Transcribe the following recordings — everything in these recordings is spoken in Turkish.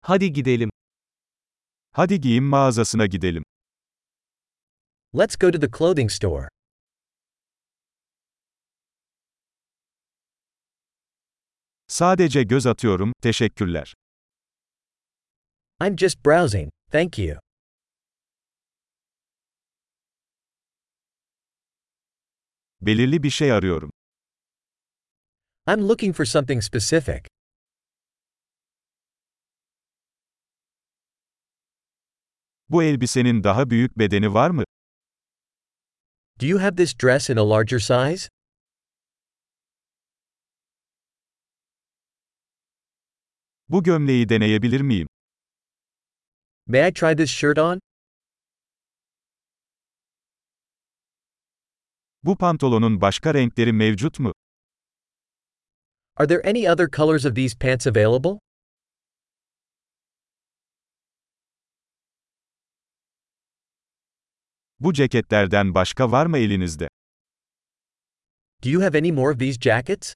Hadi gidelim. Hadi giyim mağazasına gidelim. Let's go to the clothing store. Sadece göz atıyorum, teşekkürler. I'm just browsing, thank you. Belirli bir şey arıyorum. I'm looking for something specific. Bu elbisenin daha büyük bedeni var mı? Do you have this dress in a larger size? Bu gömleği deneyebilir miyim? May I try this shirt on? Bu pantolonun başka renkleri mevcut mu? Are there any other colors of these pants available? Bu ceketlerden başka var mı elinizde? Do you have any more of these jackets?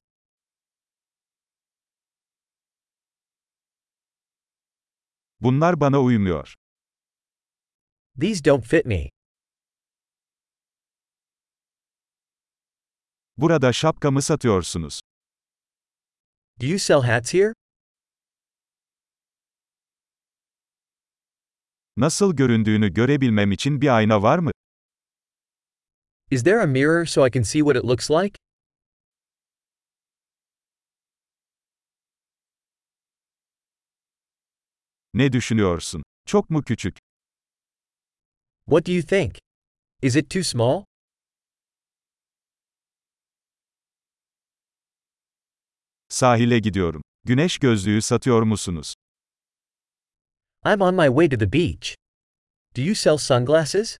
Bunlar bana uymuyor. These don't fit me. Burada şapka mı satıyorsunuz? Do you sell hats here? Nasıl göründüğünü görebilmem için bir ayna var mı? Is there a mirror so I can see what it looks like? Ne düşünüyorsun? Çok mu küçük? What do you think? Is it too small? Sahile gidiyorum. Güneş gözlüğü satıyor musunuz? I'm on my way to the beach. Do you sell sunglasses?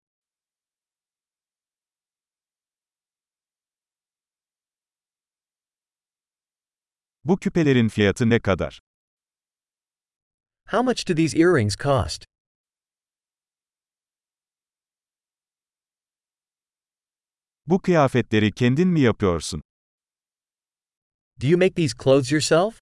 Bu küpelerin fiyatı ne kadar? How much do these earrings cost? Bu kıyafetleri kendin mi yapıyorsun? Do you make these clothes yourself?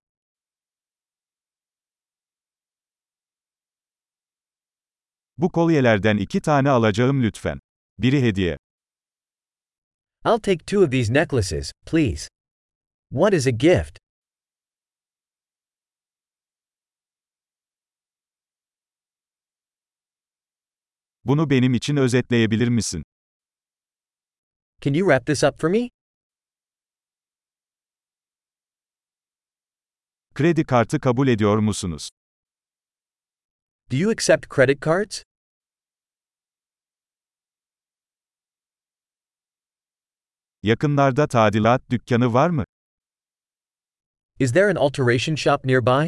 Bu kolyelerden 2 tane alacağım lütfen. Biri hediye. I'll take 2 of these necklaces, please. What is a gift? Bunu benim için özetleyebilir misin? Can you wrap this up for me? Kredi kartı kabul ediyor musunuz? Do you accept credit cards? Yakınlarda tadilat dükkanı var mı? Is there an alteration shop nearby?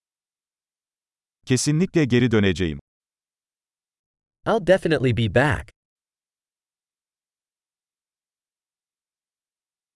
Kesinlikle geri döneceğim. I'll definitely be back.